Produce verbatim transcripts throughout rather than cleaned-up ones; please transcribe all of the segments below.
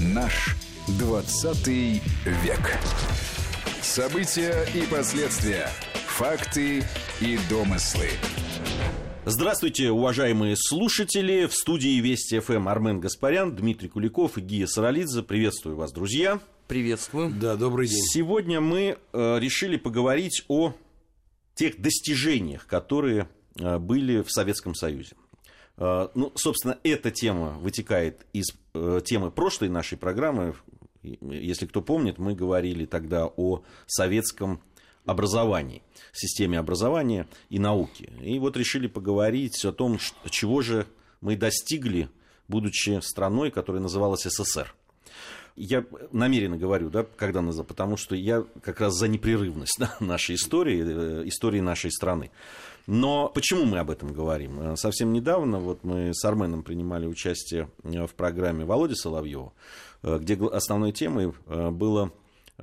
Наш двадцатый век. События и последствия. Факты и домыслы. Здравствуйте, уважаемые слушатели. В студии Вести ФМ Армен Гаспарян, Дмитрий Куликов и Гия Саралидзе. Приветствую вас, друзья. Приветствую. Да, добрый день. Сегодня мы э, решили поговорить о тех достижениях, которые э, были в Советском Союзе. Э, ну, собственно, эта тема вытекает из э, темы прошлой нашей программы. Если кто помнит, мы говорили тогда о советском образовании, системе образования и науки. И вот решили поговорить о том, чего же мы достигли, будучи страной, которая называлась СССР. Я намеренно говорю, да, когда назад, потому что я как раз за непрерывность, да, нашей истории, истории нашей страны. Но почему мы об этом говорим? Совсем недавно вот мы с Арменом принимали участие в программе Володи Соловьева, где основной темой было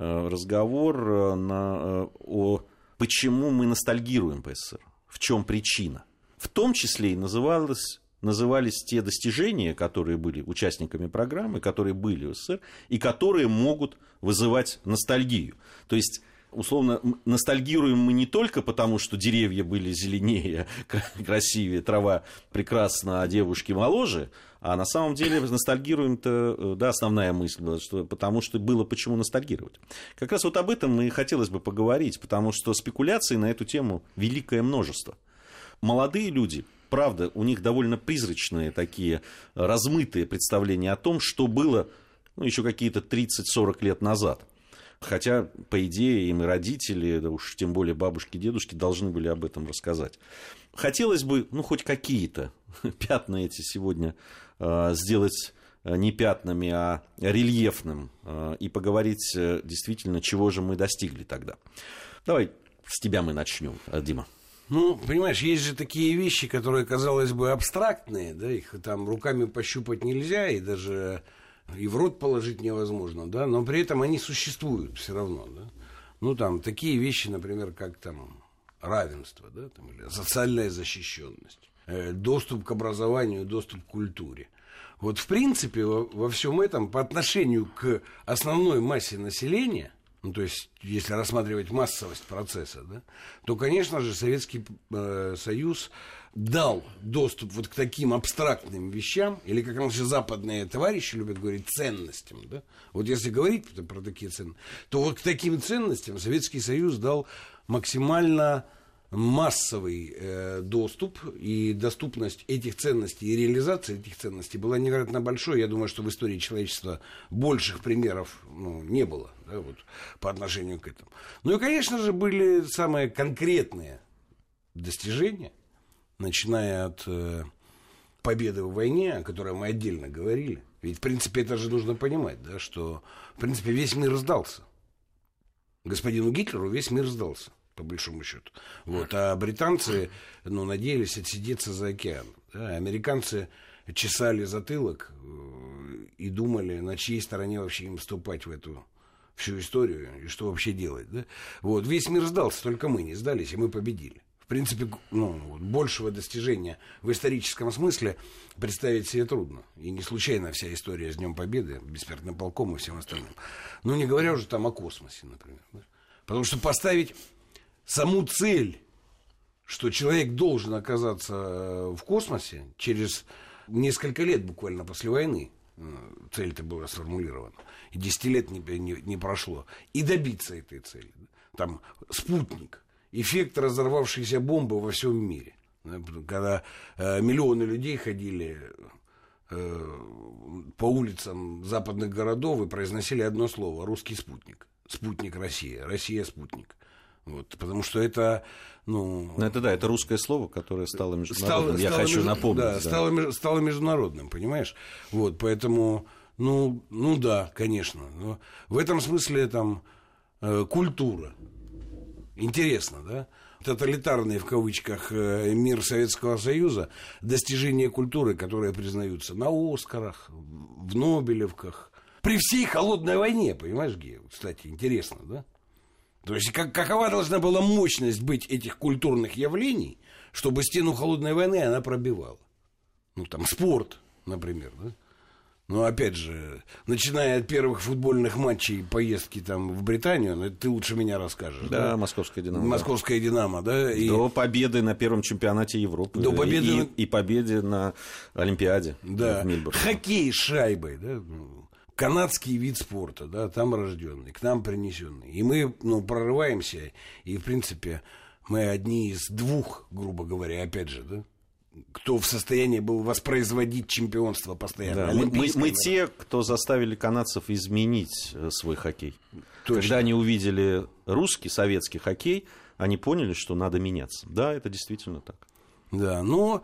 разговор на, о почему мы ностальгируем по СССР, в чем причина. В том числе и называлось... назывались те достижения, которые были участниками программы, которые были в СССР, и которые могут вызывать ностальгию. То есть, условно, ностальгируем мы не только потому, что деревья были зеленее, красивее, трава прекрасна, а девушки моложе, а на самом деле ностальгируем-то, да, основная мысль была, что потому что было почему ностальгировать. Как раз вот об этом и хотелось бы поговорить, потому что спекуляций на эту тему великое множество. Молодые люди... Правда, у них довольно призрачные такие размытые представления о том, что было, ну, еще какие-то тридцать-сорок лет назад. Хотя, по идее, им и родители, да уж тем более бабушки, дедушки, должны были об этом рассказать. Хотелось бы, ну, хоть какие-то пятна эти сегодня э, сделать не пятнами, а рельефным, э, и поговорить э, действительно, чего же мы достигли тогда. Давай с тебя мы начнем, Дима. Ну, понимаешь, есть же такие вещи, которые, казалось бы, абстрактные, да, их там руками пощупать нельзя, и даже и в рот положить невозможно, да, но при этом они существуют все равно, да. Ну, там, такие вещи, например, как там равенство, да, там, или социальная защищенность, э, доступ к образованию, доступ к культуре. Вот, в принципе, во, во всем этом, по отношению к основной массе населения, ну, то есть, если рассматривать массовость процесса, да, то, конечно же, Советский э, Союз дал доступ вот к таким абстрактным вещам, или, как наши западные товарищи любят говорить, ценностям. Да? Вот если говорить про такие ценности, то вот к таким ценностям Советский Союз дал максимально массовый э, доступ, и доступность этих ценностей и реализация этих ценностей была невероятно большой. Я думаю, что в истории человечества больших примеров, ну, не было, да, вот, по отношению к этому. Ну и, конечно же, были самые конкретные достижения, начиная от э, победы в войне, о которой мы отдельно говорили. Ведь, в принципе, это же нужно понимать, да, что, в принципе, весь мир сдался. Господину Гитлеру весь мир сдался, по большому счету. Вот. А британцы, ну, надеялись отсидеться за океаном. Да? Американцы чесали затылок и думали, на чьей стороне вообще им вступать в эту всю историю и что вообще делать. Да? Вот. Весь мир сдался, только мы не сдались, и мы победили. В принципе, ну, большего достижения в историческом смысле представить себе трудно. И не случайно вся история с Днем Победы, Бессмертным полком и всем остальным. Ну, не говоря уже там о космосе, например. Да? Потому что поставить саму цель, что человек должен оказаться в космосе через несколько лет буквально после войны, цель-то была сформулирована, и десять лет не, не, не прошло, и добиться этой цели. Там спутник, эффект разорвавшейся бомбы во всем мире. Когда э, миллионы людей ходили э, по улицам западных городов и произносили одно слово: русский спутник. Спутник Россия, Россия спутник. Вот, потому что это, ну... ну... Это да, это русское слово, которое стало международным, стало, я стало хочу между... напомнить. Да, да. Стало, стало международным, понимаешь? Вот, поэтому, ну, ну да, конечно. Но в этом смысле там э, культура. Интересно, да? Тоталитарный, в кавычках, э, мир Советского Союза, достижения культуры, которые признаются на Оскарах, в Нобелевках, при всей холодной войне, понимаешь, Гея? Кстати, интересно, да? То есть, как, какова должна была мощность быть этих культурных явлений, чтобы стену холодной войны она пробивала? Ну, там, спорт, например, да? Но, опять же, начиная от первых футбольных матчей, поездки там в Британию, ну, это ты лучше меня расскажешь. Да, да? Московская «Динамо». Московская «Динамо», да. И... До победы на первом чемпионате Европы. До победы... И, и победе на Олимпиаде. Да. В Мельбурне. Хоккей с шайбой, да. Канадский вид спорта, да, там рожденный, к нам принесенный. И мы, ну, прорываемся, и, в принципе, мы одни из двух, грубо говоря, опять же, да, кто в состоянии был воспроизводить чемпионство постоянно. Да, мы, мы, мы те, кто заставили канадцев изменить свой хоккей. Точно. Когда они увидели русский, советский хоккей, они поняли, что надо меняться. Да, это действительно так. Да, но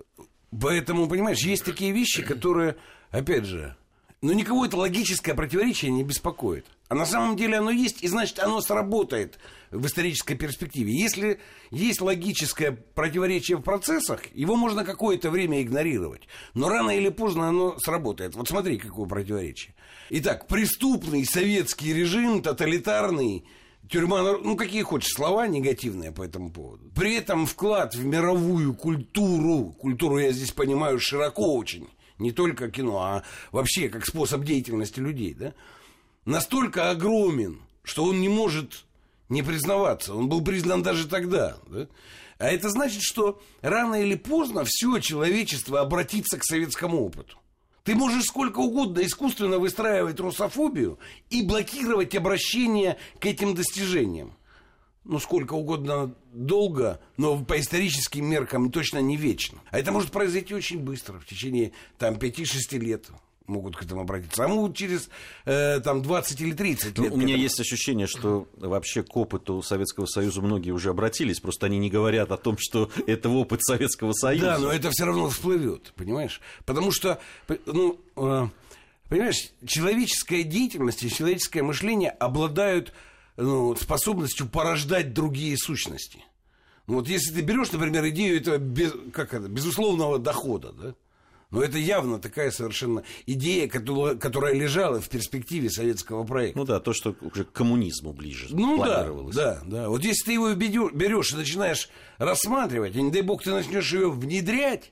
поэтому, понимаешь, есть такие вещи, которые, опять же, ну, никого это логическое противоречие не беспокоит. А на самом деле оно есть, и значит, оно сработает в исторической перспективе. Если есть логическое противоречие в процессах, его можно какое-то время игнорировать. Но рано или поздно оно сработает. Вот смотри, какое противоречие. Итак, преступный советский режим, тоталитарный, тюрьма, ну, какие хочешь слова негативные по этому поводу. При этом вклад в мировую культуру, культуру я здесь понимаю широко очень, не только кино, а вообще как способ деятельности людей, да, настолько огромен, что он не может не признаваться. Он был признан даже тогда. Да? А это значит, что рано или поздно все человечество обратится к советскому опыту. Ты можешь сколько угодно искусственно выстраивать русофобию и блокировать обращение к этим достижениям. Ну, сколько угодно долго, но по историческим меркам точно не вечно. А это может произойти очень быстро, в течение там пяти-шести лет. Могут к этому обратиться. А могут через э, там, двадцать или тридцать лет. Ну, у меня этому... есть ощущение, что вообще к опыту Советского Союза многие уже обратились, просто они не говорят о том, что это опыт Советского Союза. Да, но это все равно всплывет, понимаешь? Потому что, ну, э, понимаешь, человеческая деятельность и человеческое мышление обладают, ну, способностью порождать другие сущности. Ну, вот если ты берешь, например, идею этого, без, как это безусловного дохода, да? Но это явно такая совершенно идея, которая, которая лежала в перспективе советского проекта. Ну да, то, что уже к коммунизму ближе ну, планировалось. Да, да, да. Вот если ты его берешь и начинаешь рассматривать, и не дай бог ты начнешь ее внедрять,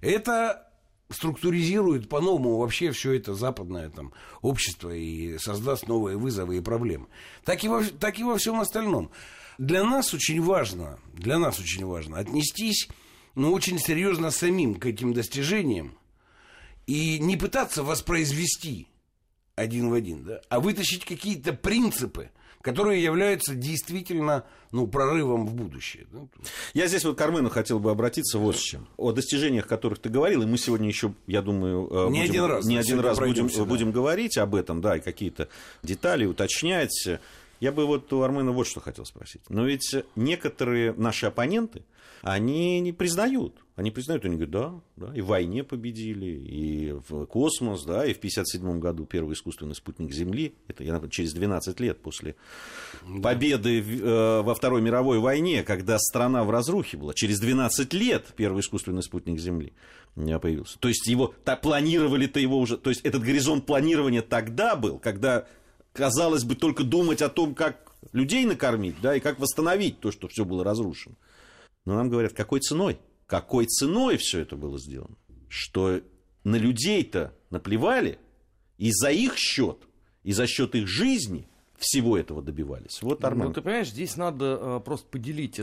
это структуризирует по-новому вообще все это западное там, общество и создаст новые вызовы и проблемы. Так и во, так и во всем остальном. Для нас очень важно, для нас очень важно отнестись, ну, очень серьезно самим к этим достижениям и не пытаться воспроизвести один в один, да, а вытащить какие-то принципы, которые являются действительно, ну, прорывом в будущее. Да? Я здесь вот к Армену хотел бы обратиться вот с чем. О достижениях, о которых ты говорил, и мы сегодня еще, я думаю, не будем, один раз, не один раз будем, да. будем говорить об этом, да, и какие-то детали уточнять. Я бы вот у Армена вот что хотел спросить. Но ведь некоторые наши оппоненты, они не признают. Они признают, они говорят, да, да, и в войне победили, и в космос, да, и в пятьдесят седьмом году первый искусственный спутник Земли. Это, я напомню, через двенадцать лет после да. победы э, во Второй мировой войне, когда страна в разрухе была. Через двенадцать лет первый искусственный спутник Земли появился. То есть его так планировали-то его уже... То есть этот горизонт планирования тогда был, когда, казалось бы, только думать о том, как людей накормить, да, и как восстановить то, что все было разрушено. Но нам говорят, какой ценой? Какой ценой все это было сделано? Что на людей-то наплевали, и за их счет, и за счет их жизни всего этого добивались. Вот, Армен. Ну, ты понимаешь, здесь надо э, просто поделить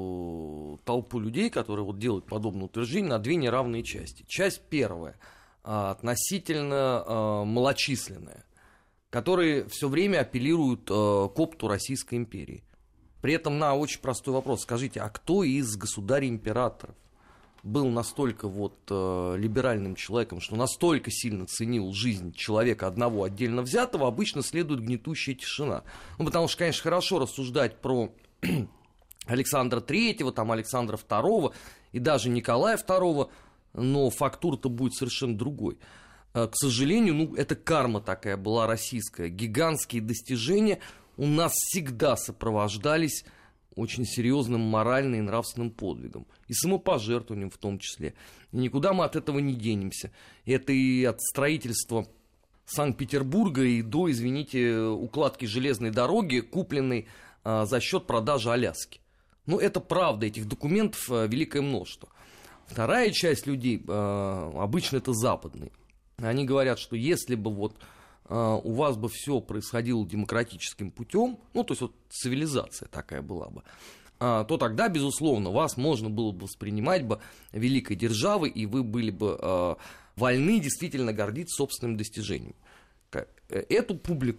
эту толпу людей, которые вот делают подобное утверждение, на две неравные части. Часть первая, э, относительно э, малочисленная, которые все время апеллируют э, к опыту Российской империи. При этом на очень простой вопрос. Скажите, а кто из государей-императоров был настолько вот э, либеральным человеком, что настолько сильно ценил жизнь человека одного отдельно взятого, обычно следует гнетущая тишина. Ну, потому что, конечно, хорошо рассуждать про Александра Третьего, там, Александра Второго и даже Николая Второго, но фактура-то будет совершенно другой. К сожалению, ну, это карма такая была российская. Гигантские достижения у нас всегда сопровождались очень серьезным моральным и нравственным подвигом. И самопожертвованием в том числе. И никуда мы от этого не денемся. Это и от строительства Санкт-Петербурга и до, извините, укладки железной дороги, купленной а, за счет продажи Аляски. Ну, это правда, этих документов а, великое множество. Вторая часть людей, а, обычно это западные. Они говорят, что если бы вот у вас бы все происходило демократическим путем, ну, то есть вот цивилизация такая была бы, то тогда, безусловно, вас можно было бы воспринимать бы великой державой, и вы были бы вольны действительно гордиться собственным достижением. Эту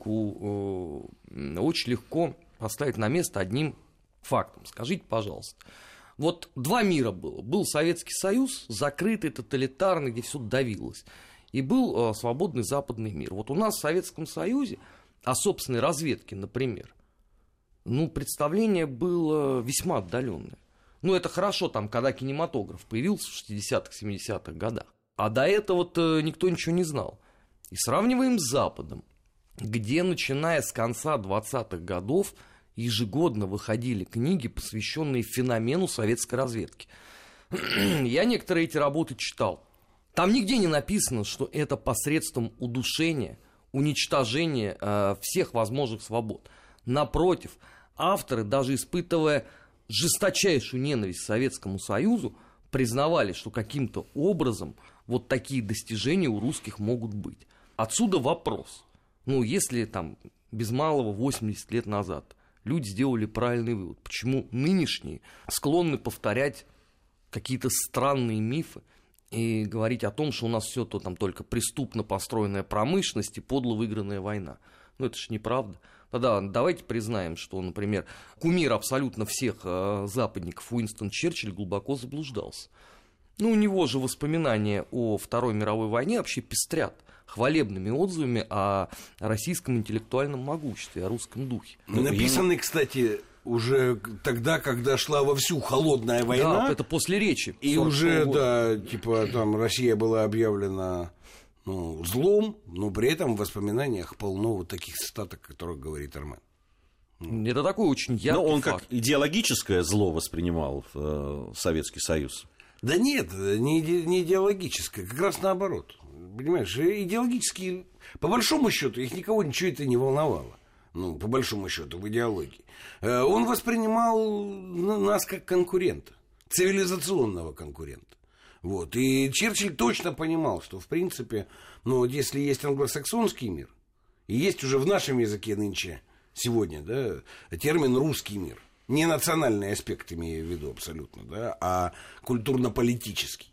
публику очень легко поставить на место одним фактом. Скажите, пожалуйста, вот два мира было. Был Советский Союз, закрытый, тоталитарный, где все давилось. И был свободный западный мир. Вот у нас в Советском Союзе о собственной разведке, например, ну, представление было весьма отдаленное. Ну, это хорошо, там, когда кинематограф появился в шестидесятых, семидесятых годах. А до этого-то никто ничего не знал. И сравниваем с Западом, где, начиная с конца двадцатых годов, ежегодно выходили книги, посвященные феномену советской разведки. Я некоторые эти работы читал. Там нигде не написано, что это посредством удушения, уничтожения э, всех возможных свобод. Напротив, авторы, даже испытывая жесточайшую ненависть к Советскому Союзу, признавали, что каким-то образом вот такие достижения у русских могут быть. Отсюда вопрос. Ну, если там без малого восемьдесят лет назад люди сделали правильный вывод, почему нынешние склонны повторять какие-то странные мифы и говорить о том, что у нас все то там только преступно построенная промышленность и подло выигранная война. Ну, это ж неправда. Тогда давайте признаем, что, например, кумир абсолютно всех э, западников Уинстон Черчилль глубоко заблуждался. Ну, у него же воспоминания о Второй мировой войне вообще пестрят хвалебными отзывами о российском интеллектуальном могуществе, о русском духе. Написаны, кстати, уже тогда, когда шла вовсю холодная война. Да, это после речи. И уже, года. да, типа, там Россия была объявлена ну, злом, но при этом в воспоминаниях полно вот таких цитат, о которых говорит Армен. Это такой очень яркий Но он факт. как идеологическое зло воспринимал э, Советский Союз. Да нет, не, иде, не идеологическое, как раз наоборот. Понимаешь, идеологические, по большому счету, их никого ничего это не волновало. Ну, по большому счету, в идеологии. Он воспринимал нас как конкурента, цивилизационного конкурента. Вот. И Черчилль точно понимал, что, в принципе, ну, вот если есть англосаксонский мир, и есть уже в нашем языке нынче, сегодня, да, термин «русский мир», не национальный аспект имею в виду абсолютно, да, а культурно-политический.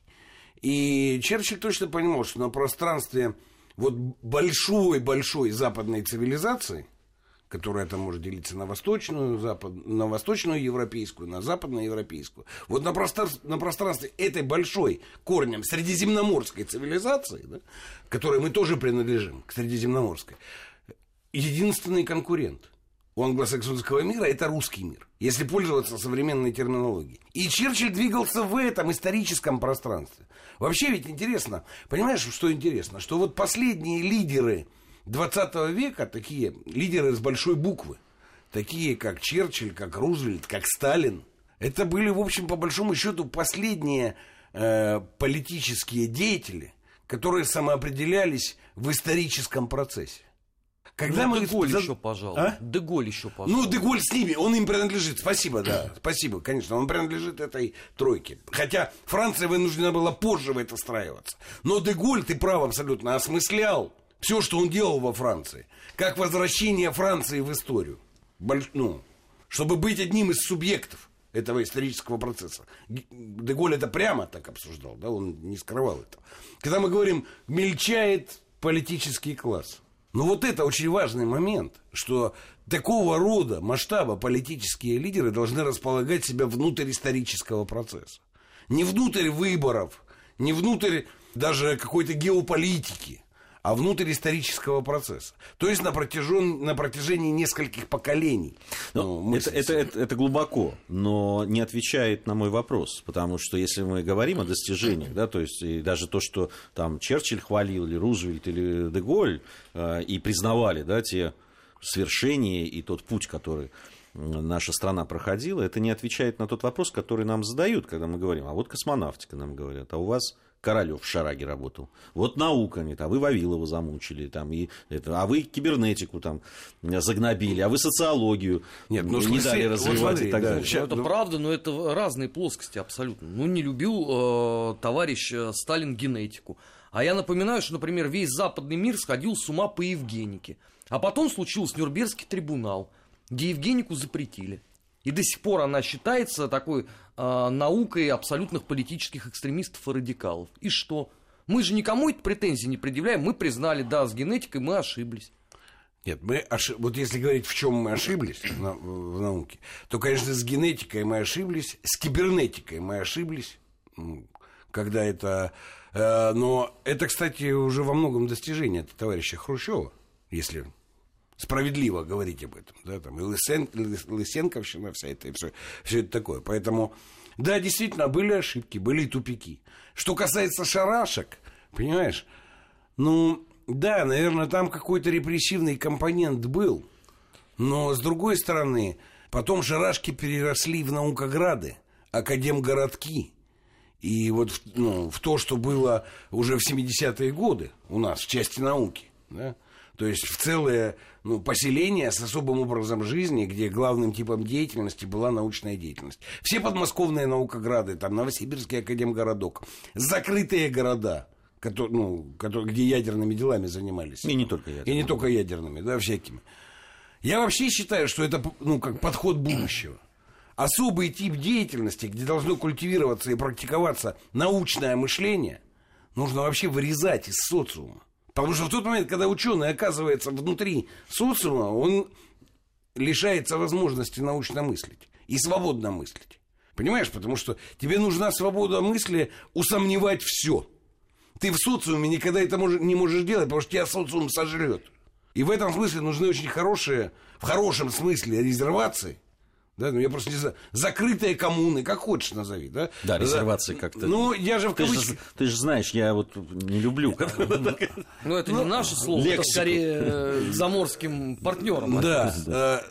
И Черчилль точно понимал, что на пространстве вот большой-большой западной цивилизации, которая там может делиться на восточную, запад, на восточную европейскую, на западноевропейскую, вот на пространстве, на пространстве этой большой корнем средиземноморской цивилизации, да, к которой мы тоже принадлежим, к средиземноморской, единственный конкурент у англосаксонского мира – это русский мир, если пользоваться современной терминологией. И Черчилль двигался в этом историческом пространстве. Вообще ведь интересно, понимаешь, что интересно? Что вот последние лидеры двадцатого века, такие лидеры с большой буквы, такие как Черчилль, как Рузвельт, как Сталин, это были, в общем, по большому счету, последние э, политические деятели, которые самоопределялись в историческом процессе. Когда ну, мы Деголь за... еще, пожалуй. А? Деголь еще, пожалуй. Ну, Деголь с ними, он им принадлежит. Спасибо, да. Спасибо, конечно, он принадлежит этой тройке. Хотя Франция вынуждена была позже в это встраиваться. Но Деголь, ты прав абсолютно, осмыслял все, что он делал во Франции. Как возвращение Франции в историю. Больш... Ну, чтобы быть одним из субъектов этого исторического процесса. Деголь это прямо так обсуждал, да, он не скрывал этого. Когда мы говорим, мельчает политический класс. Но вот это очень важный момент, что такого рода масштаба политические лидеры должны располагать себя внутрь исторического процесса. Не внутрь выборов, не внутрь даже какой-то геополитики, а внутрь исторического процесса. То есть на, протяжен... на протяжении нескольких поколений. Ну, это, это, это, это глубоко, но не отвечает на мой вопрос. Потому что если мы говорим о достижениях, да, то есть и даже то, что там Черчилль хвалил, или Рузвельт, или Деголь, э, и признавали, да, те свершения и тот путь, который наша страна проходила, это не отвечает на тот вопрос, который нам задают, когда мы говорим, а вот космонавтика, нам говорят, а у вас Королёв в Шараге работал. Вот наука, нет, а вы Вавилова замучили, там, и это, а вы кибернетику там загнобили, а вы социологию нет, ну, не смысле, дали развивать вот смотри, и так да, далее. Ну, это правда, но это разные плоскости абсолютно. Ну, не любил э, товарищ Сталин генетику. А я напоминаю, что, например, весь западный мир сходил с ума по Евгенике. А потом случился Нюрнбергский трибунал, где Евгенику запретили. И до сих пор она считается такой э, наукой абсолютных политических экстремистов и радикалов. И что? Мы же никому эти претензии не предъявляем. Мы признали, да, с генетикой мы ошиблись. Нет, мы ошиб... вот если говорить, в чем мы ошиблись на... в науке, то, конечно, с генетикой мы ошиблись, с кибернетикой мы ошиблись, когда это... Э, но это, кстати, уже во многом достижение от товарища Хрущева, если... справедливо говорить об этом, да, там, и Лысен, Лысенковщина, вся это, и все, все это такое. Поэтому, да, действительно, были ошибки, были и тупики. Что касается шарашек, понимаешь, ну, да, наверное, там какой-то репрессивный компонент был, но, с другой стороны, потом шарашки переросли в наукограды, академгородки. И вот ну, в то, что было уже в семидесятые годы у нас в части науки, да, то есть в целое ну, поселение с особым образом жизни, где главным типом деятельности была научная деятельность. Все подмосковные наукограды, там Новосибирский академгородок, закрытые города, которые, ну, которые, где ядерными делами занимались. И не только ядерными. И не только ядерными, да, всякими. Я вообще считаю, что это ну, как подход будущего. Особый тип деятельности, где должно культивироваться и практиковаться научное мышление, нужно вообще вырезать из социума. Потому что в тот момент, когда ученый оказывается внутри социума, он лишается возможности научно мыслить и свободно мыслить. Понимаешь? Потому что тебе нужна свобода мысли усомневать все. Ты в социуме никогда это не можешь делать, потому что тебя социум сожрет. И в этом смысле нужны очень хорошие, в хорошем смысле, резервации. Да, ну я просто не знаю, закрытые коммуны, как хочешь назови, да? Да, резервации как-то. Ну, я же в ты, кавычках... же, ты же знаешь, я вот не люблю. Ну, это не наше слово, это скорее к заморским партнерам. Да,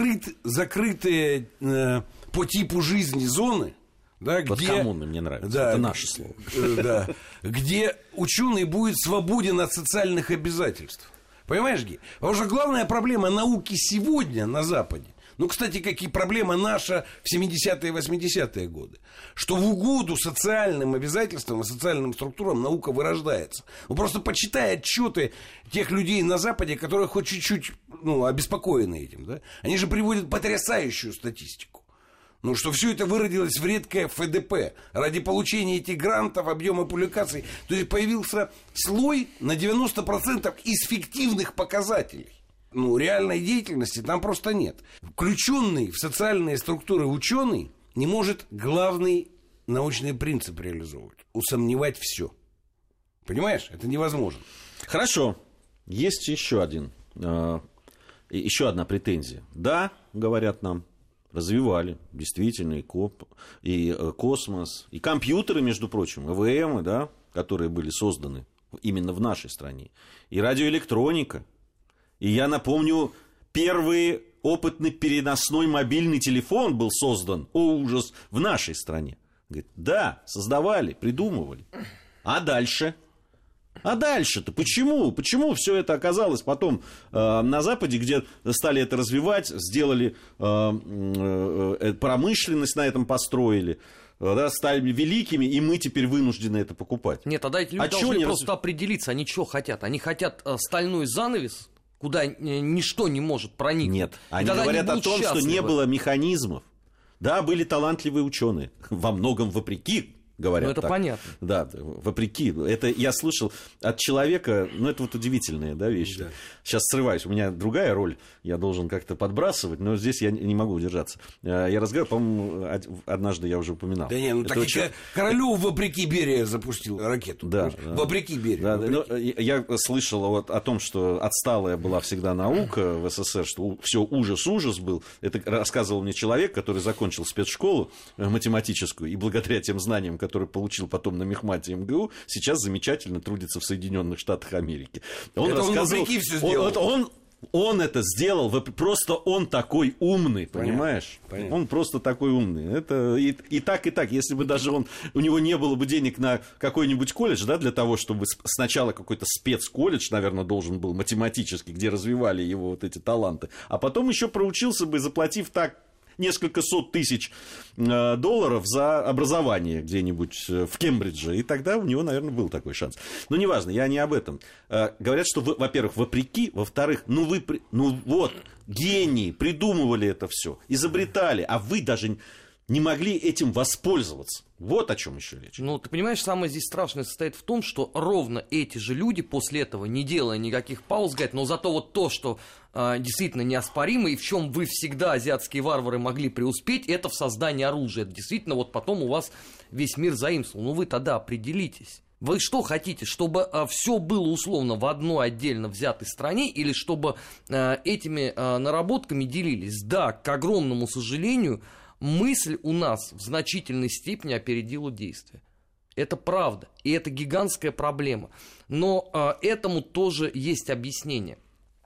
закрытые по типу жизни зоны, да, вот где... коммуны мне нравится, да, это наше слово. Да, где ученый будет свободен от социальных обязательств. Понимаешь, Ги? Потому что главная проблема науки сегодня на Западе, ну, кстати, как и проблема наша в семидесятые и восьмидесятые годы, что в угоду социальным обязательствам и социальным структурам наука вырождается. Ну, просто почитай отчеты тех людей на Западе, которые хоть чуть-чуть ну, обеспокоены этим. Да? Они же приводят потрясающую статистику. Ну, что все это выродилось в редкое эф дэ пэ ради получения этих грантов, объема публикаций. То есть появился слой на девяносто процентов из фиктивных показателей. Ну, реальной деятельности там просто нет. Включенный в социальные структуры ученый не может главный научный принцип реализовывать. Усомневать все. Понимаешь? Это невозможно. Хорошо. Есть еще один, э, еще одна претензия. Да, говорят нам, развивали действительно и, коп, и э, космос, и компьютеры, между прочим, и вэ эмы, да, которые были созданы именно в нашей стране, и радиоэлектроника. И я напомню, первый опытный переносной мобильный телефон был создан, о ужас, в нашей стране. Говорит, да, создавали, придумывали. А дальше? А дальше-то почему? Почему все это оказалось потом э, на Западе, где стали это развивать, сделали э, э, промышленность на этом построили, э, да, стали великими, и мы теперь вынуждены это покупать? Нет, тогда эти люди а должны просто раз... определиться, они что хотят. Они хотят э, стальной занавес, куда ничто не может проникнуть. Нет, они говорят о том, что не было механизмов. Да, были талантливые ученые, во многом вопреки, говорят. Ну, это так. понятно. Да, вопреки. Это я слышал от человека, ну, это вот удивительная да, вещь. Да. Сейчас срываюсь, у меня другая роль, я должен как-то подбрасывать, но здесь я не могу удержаться. Я разговаривал, по-моему, однажды я уже упоминал. Да не, ну так очень... Королёв вопреки Берия запустил ракету. Да, да. Вопреки Берию. Да, вопреки. Но я слышал вот о том, что отсталая была всегда наука в эс эс эс эр, что все ужас-ужас был. Это рассказывал мне человек, который закончил спецшколу математическую, и благодаря тем знаниям, который получил потом на мехмате эм гэ у, сейчас замечательно трудится в Соединенных Штатах Америки. Он это рассказывал, он вопреки все сделал. Он, он Он это сделал, просто он такой умный, Понятно, понимаешь? понятно. Он просто такой умный. Это и, и так, и так. Если бы даже он, у него не было бы денег на какой-нибудь колледж, да, для того, чтобы сначала какой-то спецколледж, наверное, должен был математический, где развивали его вот эти таланты, а потом еще проучился бы, заплатив так несколько сот тысяч э, долларов за образование где-нибудь в Кембридже, и тогда у него, наверное, был такой шанс. Но неважно, я не об этом. Э, говорят, что, вы, во-первых, вопреки, во-вторых, ну вы, ну вот, гении придумывали это все, изобретали, а вы даже не могли этим воспользоваться. Вот о чем еще речь. Ну, ты понимаешь, самое здесь страшное состоит в том, что ровно эти же люди после этого, не делая никаких пауз, говорят, но зато вот то, что э, действительно неоспоримо, и в чем вы всегда, азиатские варвары, могли преуспеть, это в создании оружия. Это действительно, вот потом у вас весь мир заимствовал. Ну, вы тогда определитесь. Вы что хотите, чтобы э, все было условно в одной отдельно взятой стране, или чтобы э, этими э, наработками делились? Да, к огромному сожалению, мысль у нас в значительной степени опередила действие. Это правда, и это гигантская проблема. Но э, этому тоже есть объяснение.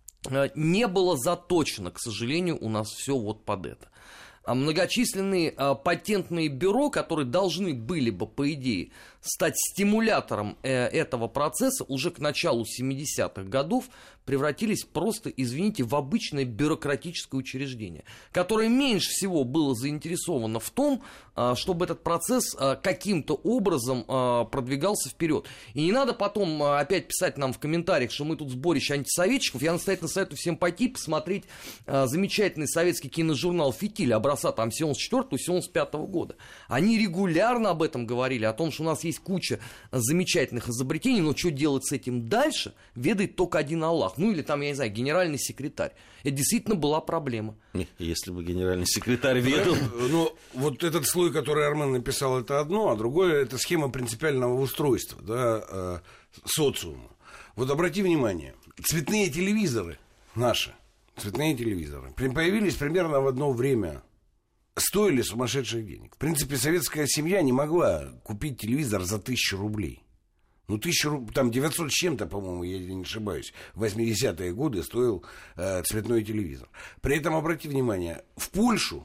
Э, не было заточено, к сожалению, у нас все вот под это. А многочисленные э, патентные бюро, которые должны были бы, по идее, стать стимулятором э, этого процесса, уже к началу семидесятых годов превратились просто, извините, в обычное бюрократическое учреждение, которое меньше всего было заинтересовано в том, э, чтобы этот процесс э, каким-то образом э, продвигался вперед. И не надо потом э, опять писать нам в комментариях, что мы тут сборище антисоветчиков. Я настоятельно советую всем пойти посмотреть э, замечательный советский киножурнал «Фитиль», образца там семьдесят четвёртого — семьдесят пятого года. Они регулярно об этом говорили, о том, что у нас есть куча замечательных изобретений, но что делать с этим дальше, ведает только один Аллах. Ну или там, я не знаю, генеральный секретарь. Это действительно была проблема. Если бы генеральный секретарь ведал... Ну, вот этот слой, который Армен написал, это одно, а другое — это схема принципиального устройства, да, э, социума. Вот обрати внимание, цветные телевизоры наши, цветные телевизоры, появились примерно в одно время, стоили сумасшедших денег. В принципе, советская семья не могла купить телевизор за тысячу рублей. Ну, тысячу рублей, там девятьсот с чем-то, по-моему, я не ошибаюсь, в восьмидесятые годы стоил э, цветной телевизор. При этом, обрати внимание, в Польшу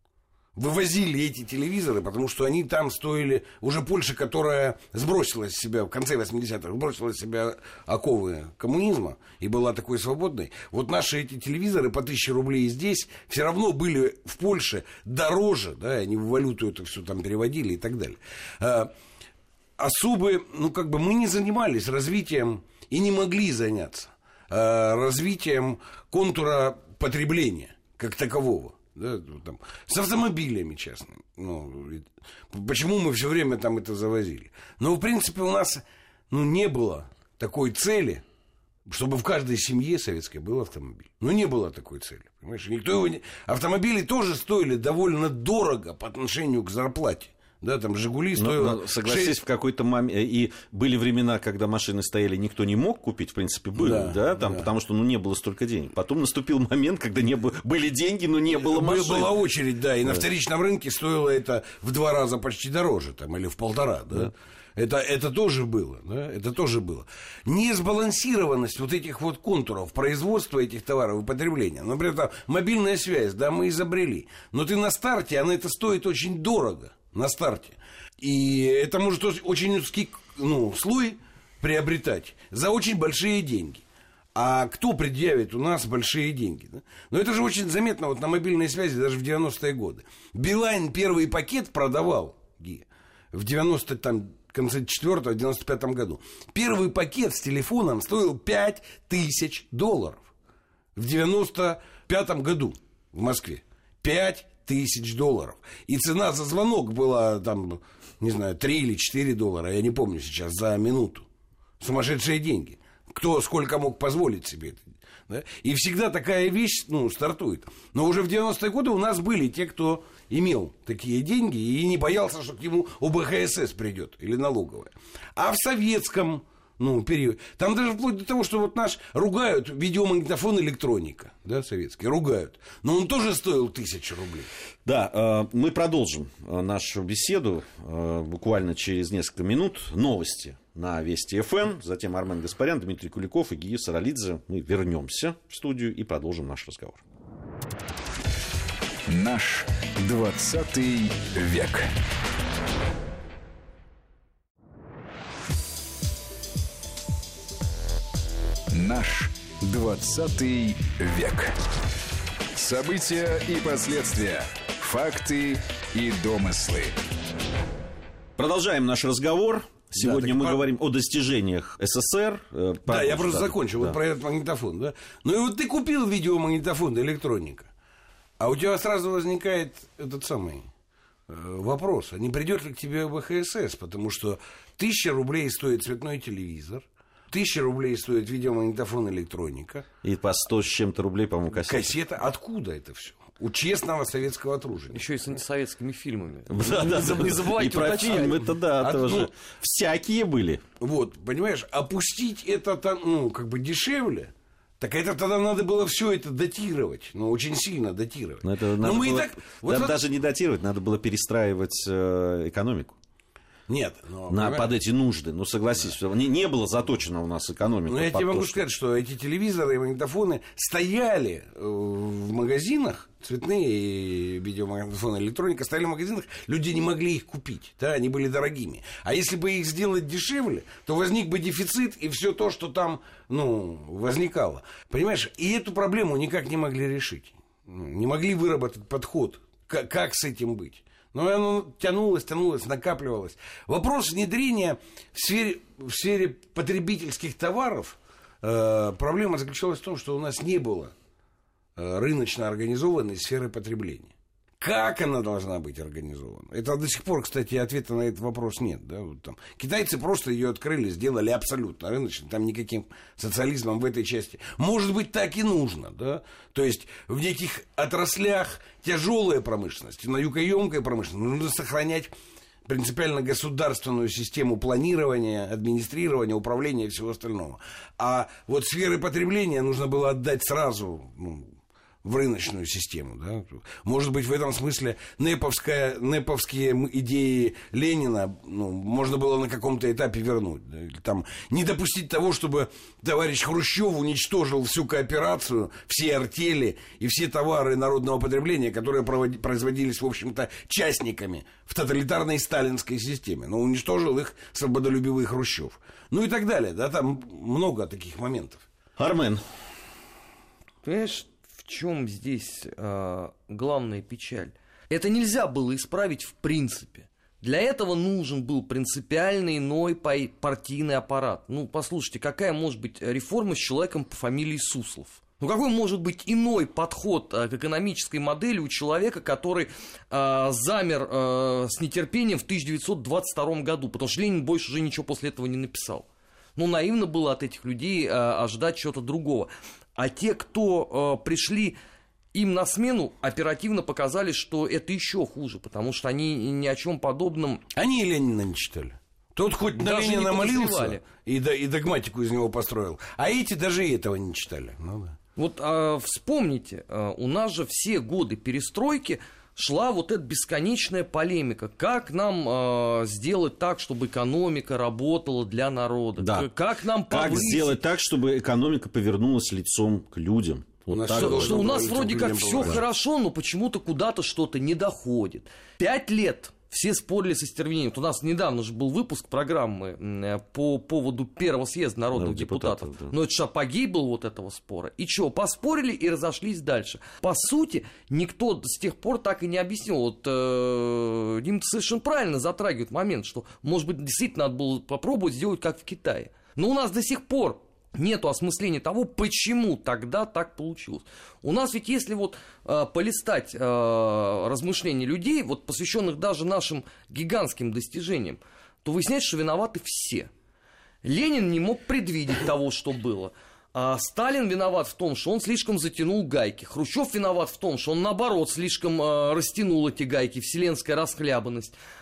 вывозили эти телевизоры, потому что они там стоили... Уже Польша, которая сбросила с себя, в конце восьмидесятых, сбросила с себя оковы коммунизма и была такой свободной, вот наши эти телевизоры по тысяче рублей здесь все равно были в Польше дороже, да, они в валюту это все там переводили и так далее. Особо, ну, как бы мы не занимались развитием и не могли заняться э, развитием контура потребления как такового. Да, там, с автомобилями частными. Ну, почему мы все время там это завозили? Но, в принципе, у нас ну, не было такой цели, чтобы в каждой семье советской был автомобиль. Ну, не было такой цели. Понимаешь? Никто его не... Автомобили тоже стоили довольно дорого по отношению к зарплате. Да, там «Жигули» стоило... Но, но, согласись, шесть... в какой-то момент... И были времена, когда машины стояли, никто не мог купить, в принципе, было, да, да, там, да. Потому что ну, не было столько денег. Потом наступил момент, когда не было... были деньги, но не было машин. Была очередь, да, и да. На вторичном рынке стоило это в два раза почти дороже, там, или в полтора, да. да. Это, это тоже было, да, это тоже было. Несбалансированность вот этих вот контуров производства этих товаров и потребления. Например, там, мобильная связь, да, мы изобрели. Но ты на старте, она это стоит очень дорого. На старте. И это может очень узкий ну, слой приобретать за очень большие деньги. А кто предъявит у нас большие деньги? Да? Но это же очень заметно вот на мобильной связи даже в девяностые годы. Билайн первый пакет продавал Ги, в девяносто, там, конце четвёртого, девяносто пятом году. Первый пакет с телефоном стоил пять тысяч долларов. В девяносто пятом году в Москве. пять тысяч долларов. И цена за звонок была, там, не знаю, три или четыре доллара, я не помню сейчас, за минуту. Сумасшедшие деньги. Кто сколько мог позволить себе это. Да? И всегда такая вещь, ну, стартует. Но уже в девяностые годы у нас были те, кто имел такие деньги и не боялся, что к нему ОБХСС придет или налоговая. А в советском Ну, период. Там даже вплоть до того, что вот наш ругают видеомагнитофон электроника, да, советский, ругают. Но он тоже стоил тысячу рублей. Да, мы продолжим нашу беседу буквально через несколько минут. Новости на Вести ФМ, затем Армен Гаспарян, Дмитрий Куликов и Гия Саралидзе. Мы вернемся в студию и продолжим наш разговор. Наш двадцатый век. Наш двадцатый век. События и последствия. Факты и домыслы. Продолжаем наш разговор. Сегодня да, мы по... говорим о достижениях СССР. Э, да, по... я просто да, закончил да. вот про этот магнитофон. Да? Ну и вот ты купил видеомагнитофон, электроника, а у тебя сразу возникает этот самый э, вопрос, а не придет ли к тебе ВХСС, потому что тысяча рублей стоит цветной телевизор, тысяча рублей стоит видеомагнитофон, электроника. И по сто с чем-то рублей, по-моему, кассета. Кассета. Откуда это все? У честного советского труженика. Еще и с антисоветскими фильмами. Да, да, не забывайте. И про фильмы-то, да, тоже. Всякие были. Вот, понимаешь, опустить это, ну, как бы дешевле. Так это тогда надо было все это датировать, ну, очень сильно датировать. Но это надо было, так, вот да, вот... даже не датировать, надо было перестраивать э, экономику. Нет, но, на, под эти нужды. Ну, согласись, да. не, не было заточено у нас экономика. Но я тебе могу сказать, что эти телевизоры и магнитофоны стояли в магазинах, цветные видеомагнитофоны, электроника стояли в магазинах, люди не могли их купить, да, они были дорогими. А если бы их сделать дешевле, то возник бы дефицит и все то, что там, ну, возникало. Понимаешь, и эту проблему никак не могли решить. Не могли выработать подход, как, как с этим быть. Но оно тянулось, тянулось, накапливалось. Вопрос внедрения в сфере, в сфере потребительских товаров, э, проблема заключалась в том, что у нас не было э, рыночно организованной сферы потребления. Как она должна быть организована? Это до сих пор, кстати, ответа на этот вопрос нет. Да? Вот там. Китайцы просто ее открыли, сделали абсолютно рыночно, там никаким социализмом в этой части. Может быть, так и нужно. Да? То есть в неких отраслях тяжелой промышленности, наукоемкой промышленности нужно сохранять принципиально государственную систему планирования, администрирования, управления и всего остального. А вот сферы потребления нужно было отдать сразу, ну, в рыночную систему. Да? Может быть, в этом смысле неповская, неповские идеи Ленина, ну, можно было на каком-то этапе вернуть. Да? Или там не допустить того, чтобы товарищ Хрущев уничтожил всю кооперацию, все артели и все товары народного потребления, которые производились, в общем-то, частниками в тоталитарной сталинской системе. Но уничтожил их свободолюбивый Хрущев. Ну и так далее. Да? Там много таких моментов. Армен. Понимаешь, в чем здесь э, главная печаль? Это нельзя было исправить в принципе. Для этого нужен был принципиально иной партийный аппарат. Ну, послушайте, какая может быть реформа с человеком по фамилии Суслов? Ну, какой может быть иной подход э, к экономической модели у человека, который э, замер э, с нетерпением в тысяча девятьсот двадцать втором году, потому что Ленин больше уже ничего после этого не написал. Ну, наивно было от этих людей э, ожидать чего-то другого. А те, кто э, пришли им на смену, оперативно показали, что это еще хуже, потому что они ни о чем подобном... Они и Ленина не читали. Тот хоть на Ленина молился и, и догматику из него построил, а эти даже и этого не читали. Ну, да. Вот э, вспомните, э, у нас же все годы перестройки шла вот эта бесконечная полемика. Как нам э, сделать так, чтобы экономика работала для народа? Да. Как нам повысить... Как сделать так, чтобы экономика повернулась лицом к людям? Вот так, что, что у нас вроде как все хорошо, но почему-то куда-то что-то не доходит. Пять лет все спорили со стервенением. У нас недавно же был выпуск программы по поводу первого съезда народных депутатов. депутатов да. Но это же апогей был вот этого спора. И что, поспорили и разошлись дальше. По сути, никто с тех пор так и не объяснил. Вот э, Дим совершенно правильно затрагивает момент, что, может быть, действительно надо было попробовать сделать как в Китае. Но у нас до сих пор нету осмысления того, почему тогда так получилось. У нас ведь если вот э, полистать э, размышления людей, вот посвященных даже нашим гигантским достижениям, то выясняется, что виноваты все. Ленин не мог предвидеть того, что было. А Сталин виноват в том, что он слишком затянул гайки. Хрущев виноват в том, что он, наоборот, слишком э, растянул эти гайки, вселенская расхлябанность.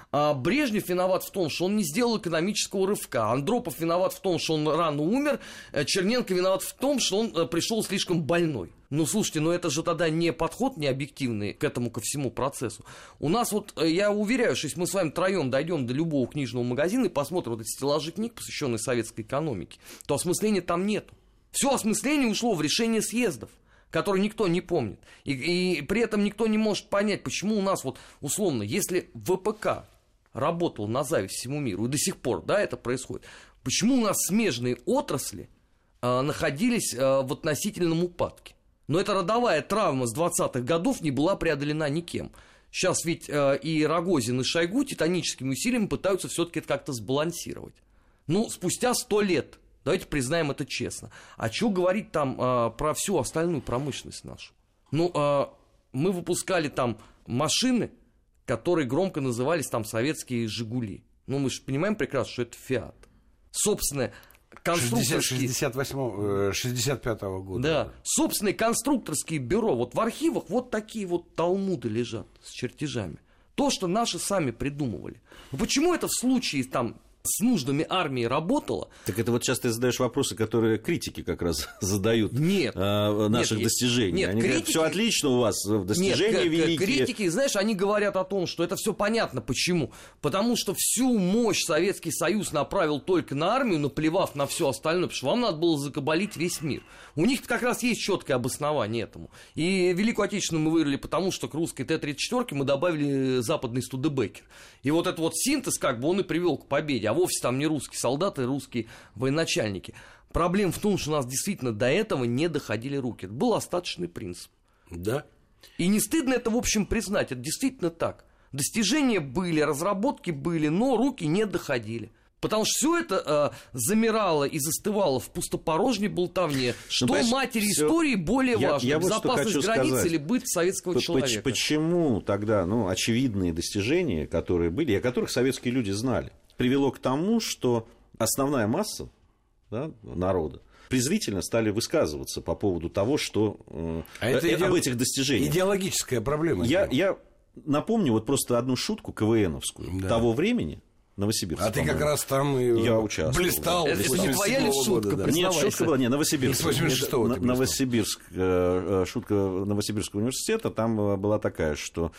А Брежнев виноват в том, что он не сделал экономического рывка. Андропов виноват в том, что он рано умер. Черненко виноват в том, что он пришел слишком больной. Ну, слушайте, ну это же тогда не подход не объективный к этому, ко всему процессу. У нас вот, я уверяю, что если мы с вами троем дойдем до любого книжного магазина и посмотрим вот эти стеллажи книг, посвященные советской экономике, то осмысления там нету. Все осмысление ушло в решение съездов, которые никто не помнит. И, и при этом никто не может понять, почему у нас вот, условно, если ВПК работал на зависть всему миру, и до сих пор, да, это происходит, почему у нас смежные отрасли э, находились э, в относительном упадке? Но эта родовая травма с двадцатых годов не была преодолена никем. Сейчас ведь э, и Рогозин, и Шойгу титаническими усилиями пытаются все-таки это как-то сбалансировать. Ну, спустя сто лет, давайте признаем это честно. А что говорить там э, про всю остальную промышленность нашу? Ну, э, мы выпускали там машины, которые громко назывались там советские «Жигули». Ну, мы же понимаем прекрасно, что это «Фиат». Собственно, конструкторские... шестьдесят восьмого, шестьдесят пятого года. Да, собственные конструкторские бюро. Вот в архивах вот такие вот талмуды лежат с чертежами. То, что наши сами придумывали. Но почему это в случае там с нуждами армии работало? Так это вот сейчас ты задаешь вопросы, которые критики как раз задают нет, э, наших нет, достижений. Нет, они критики... говорят, все отлично у вас, достижения нет, великие. Критики, знаешь, они говорят о том, что это все понятно. Почему? Потому что всю мощь Советский Союз направил только на армию, наплевав на все остальное, потому что вам надо было закабалить весь мир. У них как раз есть четкое обоснование этому. И Великую Отечественную мы выиграли потому, что к русской Т тридцать четыре мы добавили западный Студебекер. И вот этот вот синтез, как бы, он и привел к победе. А вовсе там не русские солдаты, русские военачальники. Проблема в том, что у нас действительно до этого не доходили руки. Это был остаточный принцип. Да. И не стыдно это, в общем, признать. Это действительно так. Достижения были, разработки были, но руки не доходили. Потому что все это э, замирало и застывало в пустопорожней болтовне. Что ну, матери всё... истории более я, важно? Я безопасность вот границ сказать. или быт советского П- человека? Почему тогда ну, очевидные достижения, которые были, и о которых советские люди знали, привело к тому, что основная масса, да, народа презрительно стали высказываться по поводу того, что э, а это э, иде... об этих достижениях. Идеологическая проблема. Я, я напомню вот просто одну шутку КВНовскую да. того времени. Новосибирск. А ты как раз там и я участвовал. Блистал. Это не твоя ли шутка? Да. Нет, шутка была, не, Новосибирск. восемьдесят Новосибирск, шутка Новосибирского университета, там была такая, что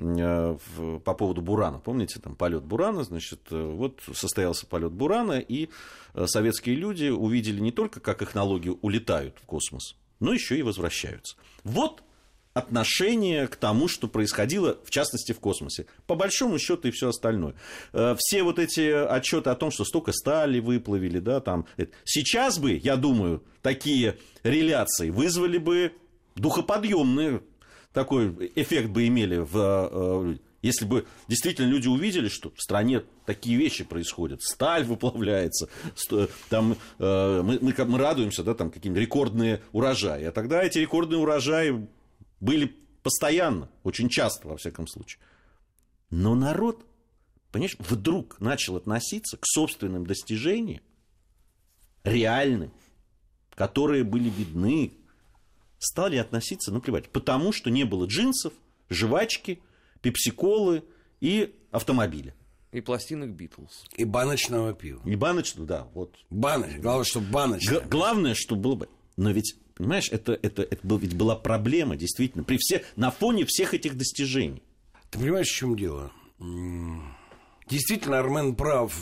по поводу Бурана, помните, там полет Бурана, значит, вот состоялся полет Бурана, и советские люди увидели не только, как их налоги улетают в космос, но еще и возвращаются. Вот отношение к тому, что происходило, в частности, в космосе. По большому счету и все остальное. Все вот эти отчеты о том, что столько стали выплавили, да, там. Сейчас бы, я думаю, такие реляции вызвали бы духоподъемный такой эффект бы имели, в, если бы действительно люди увидели, что в стране такие вещи происходят, сталь выплавляется, там, мы, мы, мы радуемся, да, там какие-нибудь рекордные урожаи. А тогда эти рекордные урожаи были постоянно, очень часто, во всяком случае. Но народ, понимаешь, вдруг начал относиться к собственным достижениям, реальным, которые были видны, стали относиться, ну, плевать, потому что не было джинсов, жвачки, пепси-колы и автомобиля. И пластинок Битлз. И баночного пива. И баночного, да. Вот. Баночного, главное, чтобы баночного. Г- главное, чтобы было бы... Но ведь... Понимаешь, это, это, это был, ведь была проблема, действительно, при все, на фоне всех этих достижений. Ты понимаешь, в чем дело? Действительно, Армен прав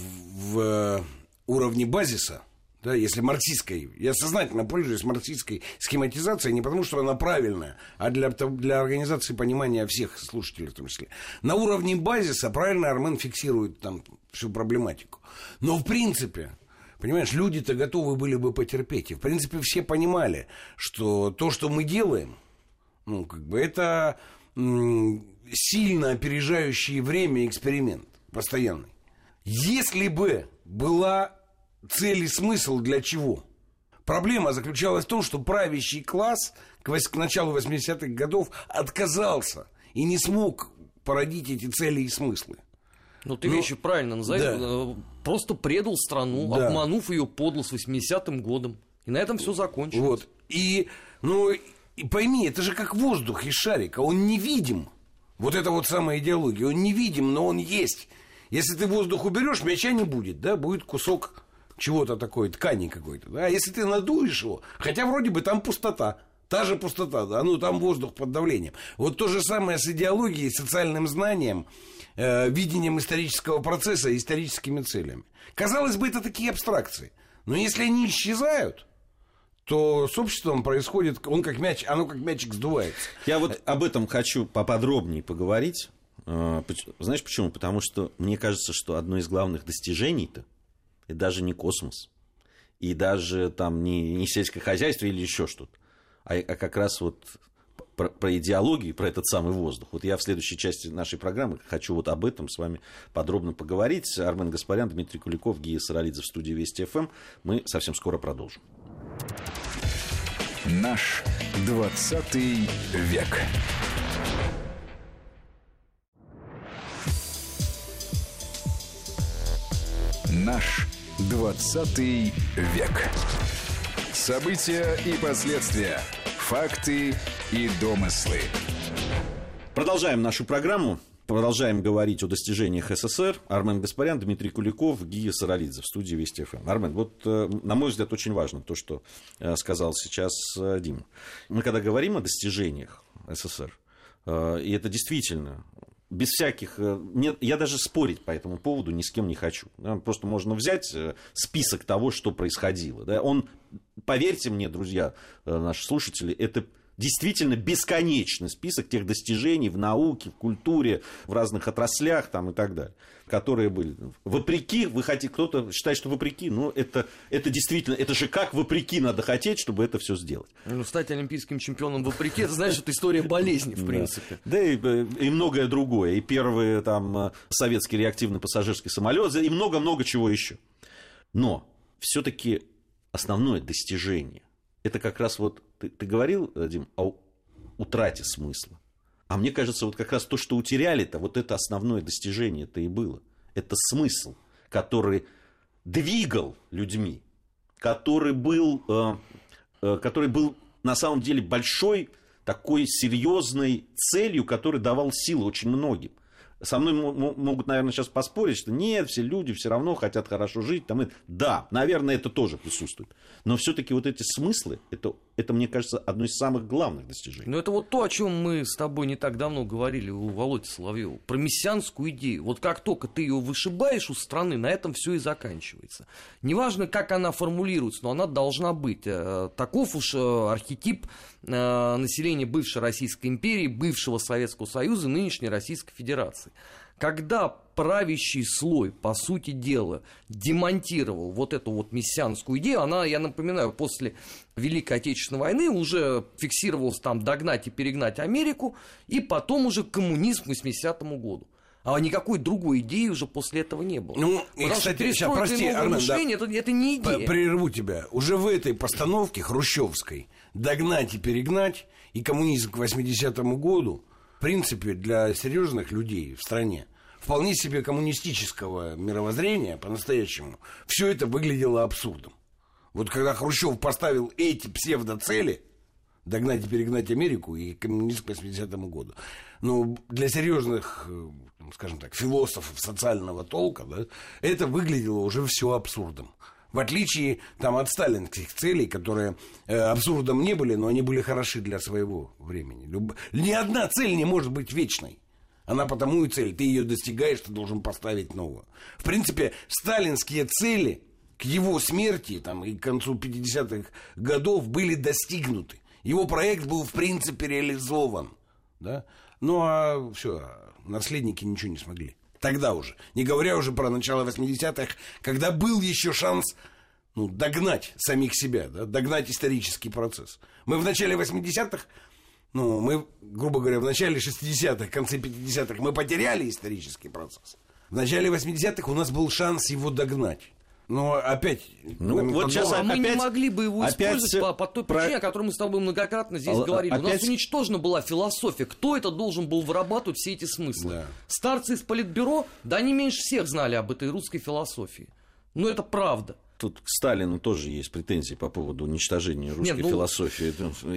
в уровне базиса, да, если марксистской, я сознательно пользуюсь марксистской схематизацией не потому, что она правильная, а для, для организации понимания всех слушателей в том числе. На уровне базиса правильно Армен фиксирует там всю проблематику. Но в принципе... Понимаешь, люди-то готовы были бы потерпеть. И, в принципе, все понимали, что то, что мы делаем, ну, как бы, это м- сильно опережающий время эксперимент постоянный. Если бы была цель и смысл для чего? Проблема заключалась в том, что правящий класс к, вось- к началу восьмидесятых годов отказался и не смог породить эти цели и смыслы. Ну, ты ну, вещи правильно назови. Да. Просто предал страну, да. обманув ее подло с восьмидесятым годом. И на этом все закончилось. Вот. И, ну, и пойми, это же как воздух из шарика. Он невидим. Вот это вот самая идеология. Он невидим, но он есть. Если ты воздух уберешь, мяча не будет, да, будет кусок чего-то такой, ткани какой-то. Да? А если ты надуешь его, хотя вроде бы там пустота, та же пустота, да, ну там воздух под давлением. Вот то же самое с идеологией, социальным знанием, э, видением исторического процесса и историческими целями. Казалось бы, это такие абстракции. Но если они исчезают, то с обществом происходит, он как мяч, оно как мячик сдувается. Я вот об этом хочу поподробнее поговорить. Знаешь почему? Потому что мне кажется, что одно из главных достижений-то это даже не космос, и даже там не, не сельское хозяйство или еще что-то, а, а как раз вот про, про идеологию, про этот самый воздух. Вот я в следующей части нашей программы хочу вот об этом с вами подробно поговорить. Армен Гаспарян, Дмитрий Куликов, Гия Саралидзе в студии Вести ФМ. Мы совсем скоро продолжим. Наш двадцатый век. Наш двадцатый век. События и последствия. Факты и домыслы. Продолжаем нашу программу. Продолжаем говорить о достижениях СССР. Армен Гаспарян, Дмитрий Куликов, Гия Саралидзе в студии Вести ФМ. Армен, вот, на мой взгляд, очень важно то, что сказал сейчас Дима. Мы когда говорим о достижениях СССР, и это действительно... Без всяких... Нет, я даже спорить по этому поводу ни с кем не хочу. Просто можно взять список того, что происходило. Он, поверьте мне, друзья, наши слушатели, это действительно бесконечный список тех достижений в науке, в культуре, в разных отраслях там, и так далее, которые были. Вопреки, вы хотите, кто-то считает, что вопреки, но это, это действительно, это же как вопреки надо хотеть, чтобы это все сделать. Ну, стать олимпийским чемпионом вопреки, это, знаешь, это история болезни, в принципе. Да, да и, и многое другое. И первый там советский реактивный пассажирский самолет, и много-много чего еще. Но все-таки основное достижение, это как раз вот, ты, ты говорил, Дим, о утрате смысла. А мне кажется, вот как раз то, что утеряли-то, вот это основное достижение-то и было. Это смысл, который двигал людьми, который был, э, э, который был на самом деле большой, такой серьезной целью, который давал силы очень многим. Со мной могут, наверное, сейчас поспорить, что нет, все люди все равно хотят хорошо жить. Там, да, наверное, это тоже присутствует. Но все-таки вот эти смыслы, это, это, мне кажется, одно из самых главных достижений. Ну, это вот то, о чем мы с тобой не так давно говорили у Володи Соловьева. Про мессианскую идею. Вот как только ты ее вышибаешь у страны, на этом все и заканчивается. Неважно, как она формулируется, но она должна быть. Таков уж архетип населения бывшей Российской империи, бывшего Советского Союза, нынешней Российской Федерации. Когда правящий слой, по сути дела, демонтировал вот эту вот мессианскую идею, она, я напоминаю, после Великой Отечественной войны уже фиксировалась там догнать и перегнать Америку, и потом уже коммунизм к восьмидесятому году. А никакой другой идеи уже после этого не было. Ну, и, кстати, сейчас, прости, Армен, мышление, да, это, это не идея. Прерву тебя. Уже в этой постановке хрущевской догнать и перегнать, и коммунизм к восьмидесятому году, в принципе, для серьезных людей в стране, вполне себе коммунистического мировоззрения, по-настоящему, все это выглядело абсурдом. Вот когда Хрущев поставил эти псевдоцели, догнать и перегнать Америку и коммунизм к восьмидесятому году, ну, для серьезных, скажем так, философов социального толка, да, это выглядело уже все абсурдом. В отличие там, от сталинских целей, которые э, абсурдом не были, но они были хороши для своего времени. Люб... Ни одна цель не может быть вечной. Она потому и цель. Ты ее достигаешь, ты должен поставить новую. В принципе, сталинские цели к его смерти там, и к концу пятидесятых годов были достигнуты. Его проект был, в принципе, реализован. Да? Ну, а все, наследники ничего не смогли. Тогда уже. Не говоря уже про начало восьмидесятых, когда был еще шанс ну, догнать самих себя, да, догнать исторический процесс. Мы в начале восьмидесятых, ну, мы, грубо говоря, в начале шестидесятых, в конце пятидесятых мы потеряли исторический процесс. В начале восьмидесятых у нас был шанс его догнать. Но опять... Ну, вот а сейчас мы опять, не могли бы его использовать по, по той про... причине, о которой мы с тобой многократно здесь а, говорили. Опять... У нас уничтожена была философия. Кто это должен был вырабатывать все эти смыслы? Да. Старцы из Политбюро, да они меньше всех знали об этой русской философии. Но это правда. Тут к Сталину тоже есть претензии по поводу уничтожения русской Нет, ну... философии.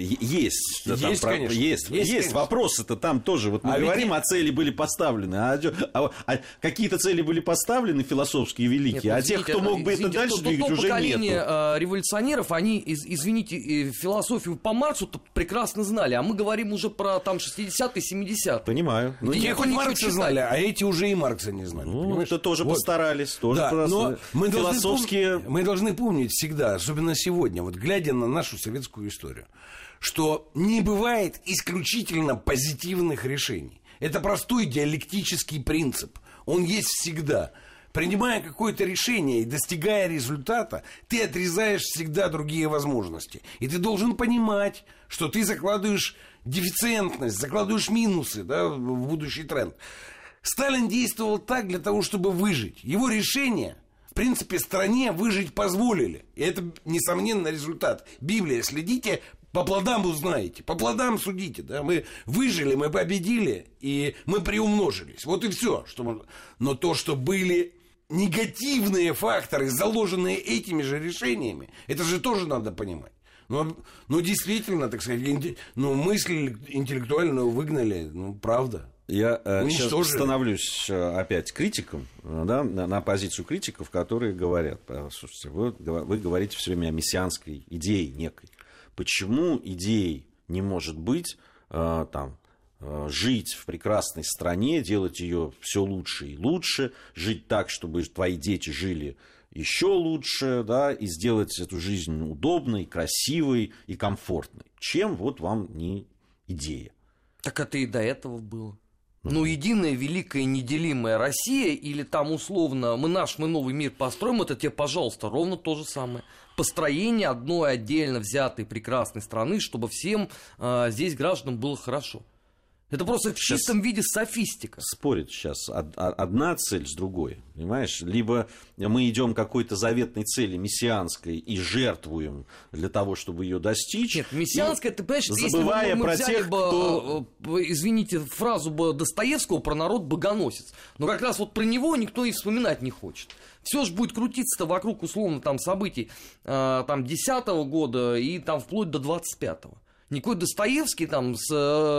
Есть. Да, есть, там, конечно. Есть, есть, есть вопросы-то там тоже. Вот мы а говорим, ведь... а цели были поставлены. А, а, а какие-то цели были поставлены философские великие, нет, а тех, кто мог бы извините, это дальше то, двигать, то, то уже поколение нету. революционеров, они, из, извините, философию по Марксу прекрасно знали, а мы говорим уже про там шестидесятые, семидесятые. Понимаю. Ну, те хоть Маркса знали, а эти уже и Маркса не знали. Ну, это тоже вот. Постарались. Тоже да, но мы философские... Мы должны помнить всегда, особенно сегодня, вот глядя на нашу советскую историю, что не бывает исключительно позитивных решений. Это простой диалектический принцип. Он есть всегда. Принимая какое-то решение и достигая результата, ты отрезаешь всегда другие возможности. И ты должен понимать, что ты закладываешь дефициентность, закладываешь минусы, да, в будущий тренд. Сталин действовал так для того, чтобы выжить. Его решения... В принципе, стране выжить позволили. И это, несомненно, результат. Библия, следите, по плодам узнаете, по плодам судите. Да? Мы выжили, мы победили, и мы приумножились. Вот и все. Что мы... Но то, что были негативные факторы, заложенные этими же решениями, это же тоже надо понимать. Ну, ну действительно, так сказать, инте... ну, мысль интеллектуальную выгнали, ну, правда. Я э, сейчас становлюсь э, опять критиком, э, да, на, на позицию критиков, которые говорят, слушайте, вы, вы говорите все время о мессианской идее некой. Почему идеей не может быть э, там, э, жить в прекрасной стране, делать ее все лучше и лучше, жить так, чтобы твои дети жили еще лучше, да, и сделать эту жизнь удобной, красивой и комфортной? Чем вот вам не идея? Так это и до этого было. Ну, единая, великая, неделимая Россия, или там условно мы наш, мы новый мир построим, это тебе, пожалуйста, ровно то же самое. Построение одной отдельно взятой прекрасной страны, чтобы всем э, здесь гражданам было хорошо. Это просто в сейчас чистом виде софистика. Спорит сейчас одна цель с другой, понимаешь? Либо мы идем к какой-то заветной цели мессианской и жертвуем для того, чтобы ее достичь. Нет, мессианская, ну, ты понимаешь, забывая если мы, мы про взяли тех, бы, кто... извините, фразу бы Достоевского про народ богоносец, но как раз вот про него никто и вспоминать не хочет. Все же будет крутиться-то вокруг, условно, там, событий э, там, десятого года и там вплоть до двадцать пятого. Никакой Достоевский там с,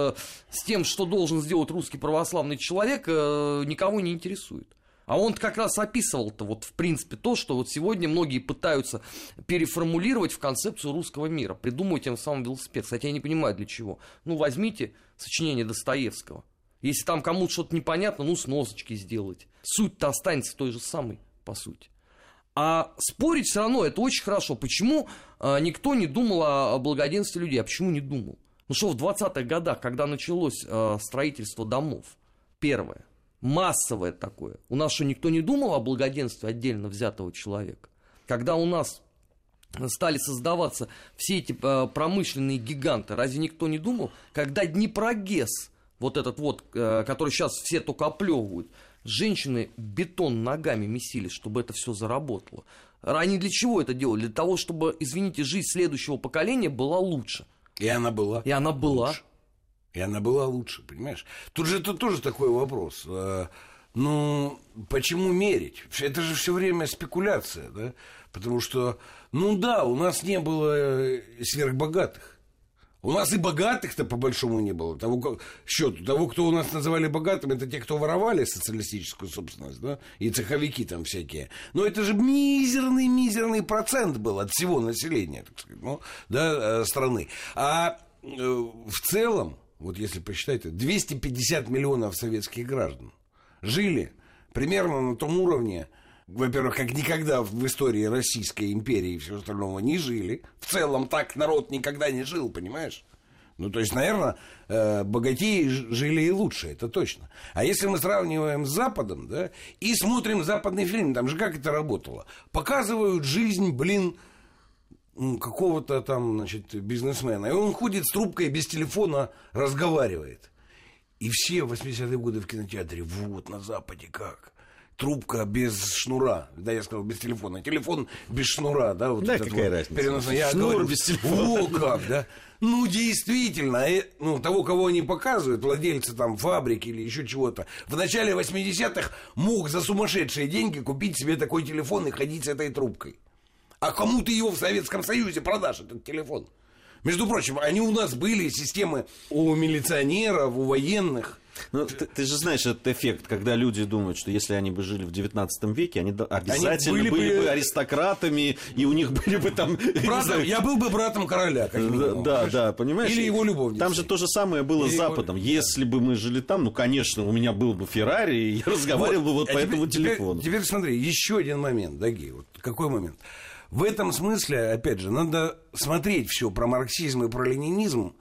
с тем, что должен сделать русский православный человек, никого не интересует. А он как раз описывал-то вот в принципе то, что вот сегодня многие пытаются переформулировать в концепцию русского мира, придумывать тем самым велосипед. Кстати, я не понимаю для чего. Ну, возьмите сочинение Достоевского. Если там кому-то что-то непонятно, ну, сносочки сделайте. Суть-то останется той же самой, по сути. А спорить все равно это очень хорошо. Почему э, никто не думал о, о благоденствии людей? А почему не думал? Ну что, в двадцатых годах, когда началось э, строительство домов, первое, массовое такое, у нас что, никто не думал о благоденствии отдельно взятого человека? Когда у нас стали создаваться все эти э, промышленные гиганты, разве никто не думал? Когда Днепрогэс, вот этот вот, э, который сейчас все только оплевывают, женщины бетон ногами месили, чтобы это все заработало. Они для чего это делали? Для того, чтобы, извините, жизнь следующего поколения была лучше. И она была. И она была. Лучше. И она была лучше, понимаешь? Тут же это тоже такой вопрос. Ну, почему мерить? Это же все время спекуляция, да? Потому что, ну да, у нас не было сверхбогатых. У нас и богатых-то по большому не было. Того, счету, того, кто у нас называли богатым, это те, кто воровали социалистическую собственность, да, и цеховики там всякие. Но это же мизерный-мизерный процент был от всего населения, так сказать, ну, да, страны. А э, в целом, вот если посчитать, двести пятьдесят миллионов советских граждан жили примерно на том уровне, во-первых, как никогда в истории Российской империи и всего остального не жили. В целом так народ никогда не жил, понимаешь? Ну, то есть, наверное, богатеи жили и лучше, это точно. А если мы сравниваем с Западом, да, и смотрим западный фильм, там же как это работало? Показывают жизнь, блин, какого-то там, значит, бизнесмена. И он ходит с трубкой, без телефона разговаривает. И все в восьмидесятые годы в кинотеатре, вот на Западе как? Трубка без шнура, да, я сказал, без телефона. Телефон без шнура, да, вот да, этот какая вот разница? Переносной. Я Шнур говорю, без телефона. О, как, да. Ну, действительно, ну, того, кого они показывают, владельцы там фабрики или еще чего-то, в начале восьмидесятых мог за сумасшедшие деньги купить себе такой телефон и ходить с этой трубкой. А кому ты его в Советском Союзе продашь, этот телефон? Между прочим, они у нас были, системы у милиционеров, у военных. Ну, ты, ты же знаешь этот эффект, когда люди думают, что если они бы жили в девятнадцатом веке, они обязательно они были, были бы... бы аристократами, и у них были бы там... Братом, я был бы братом короля, как минимум. Да, да, понимаешь? Или его любовницей. Там же то же самое было Или с Западом. Его... Если бы мы жили там, ну, конечно, у меня был бы Феррари, и я разговаривал вот. бы вот а по теперь, этому телефону. Теперь, теперь смотри, еще один момент, Дагей, вот какой момент? В этом смысле, опять же, надо смотреть все про марксизм и про ленинизм,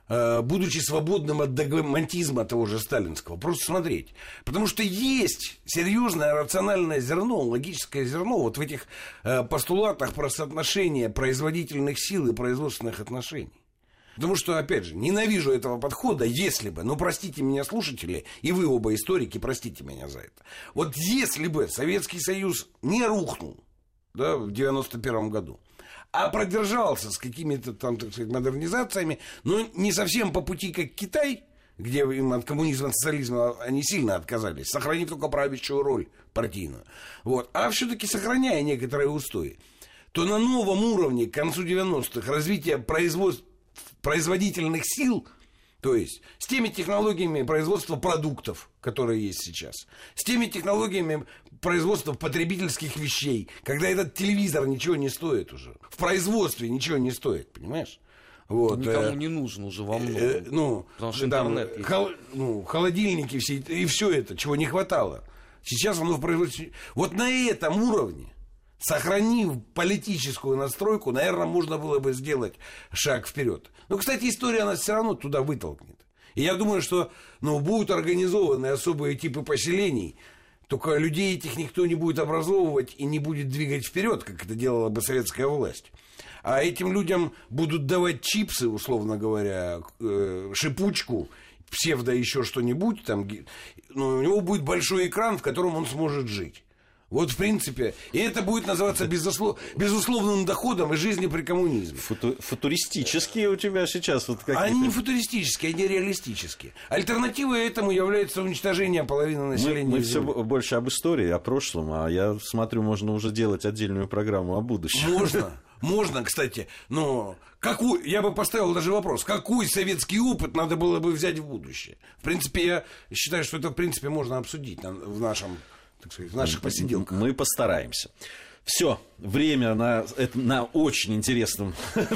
будучи свободным от догматизма того же сталинского. Просто смотреть. Потому что есть серьезное рациональное зерно, логическое зерно вот в этих постулатах про соотношение производительных сил и производственных отношений. Потому что, опять же, ненавижу этого подхода, если бы, ну, простите меня, слушатели, и вы оба историки, простите меня за это. Вот если бы Советский Союз не рухнул, да, в девяносто первом году, а продержался с какими-то там, так сказать, модернизациями, но не совсем по пути, как Китай, где им от коммунизма, от социализма они сильно отказались, сохранив только правящую роль партийную, вот, а все-таки сохраняя некоторые устои, то на новом уровне к концу девяностых развитие производств, производительных сил, то есть с теми технологиями производства продуктов, которые есть сейчас, с теми технологиями производства потребительских вещей, когда этот телевизор ничего не стоит уже, в производстве ничего не стоит, понимаешь? Вот, никому э, не нужен уже во многом. Э, ну, потому что там, интернет есть. Хол, ну, холодильники все, и все это, чего не хватало. Сейчас оно в производстве... Вот на этом уровне, сохранив политическую настройку, наверное, можно было бы сделать шаг вперед. Но, кстати, история нас все равно туда вытолкнет. И я думаю, что ну, будут организованы особые типы поселений, только людей этих никто не будет образовывать и не будет двигать вперед, как это делала бы советская власть. А этим людям будут давать чипсы, условно говоря, шипучку, псевдо еще что-нибудь, там, ну, у него будет большой экран, в котором он сможет жить. Вот, в принципе, и это будет называться безуслов... безусловным доходом из жизни при коммунизме. Футу... Футуристические у тебя сейчас вот какие-то... Они не футуристические, они реалистические. Альтернативой этому является уничтожение половины населения. Мы, мы все больше об истории, о прошлом, а я смотрю, можно уже делать отдельную программу о будущем. Можно, можно, кстати, но какой, я бы поставил даже вопрос, какой советский опыт надо было бы взять в будущее? В принципе, я считаю, что это, в принципе, можно обсудить в нашем... так сказать, в наших посиделках. Мы постараемся. Все, время на, это, на очень интересном,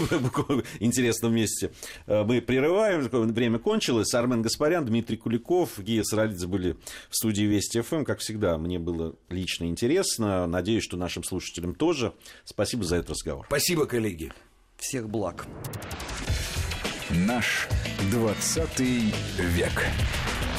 интересном месте мы прерываем. Время кончилось. Армен Гаспарян, Дмитрий Куликов, Гия Саралидзе были в студии Вести ФМ. Как всегда, мне было лично интересно. Надеюсь, что нашим слушателям тоже. Спасибо за этот разговор. Спасибо, коллеги. Всех благ. Наш двадцатый век.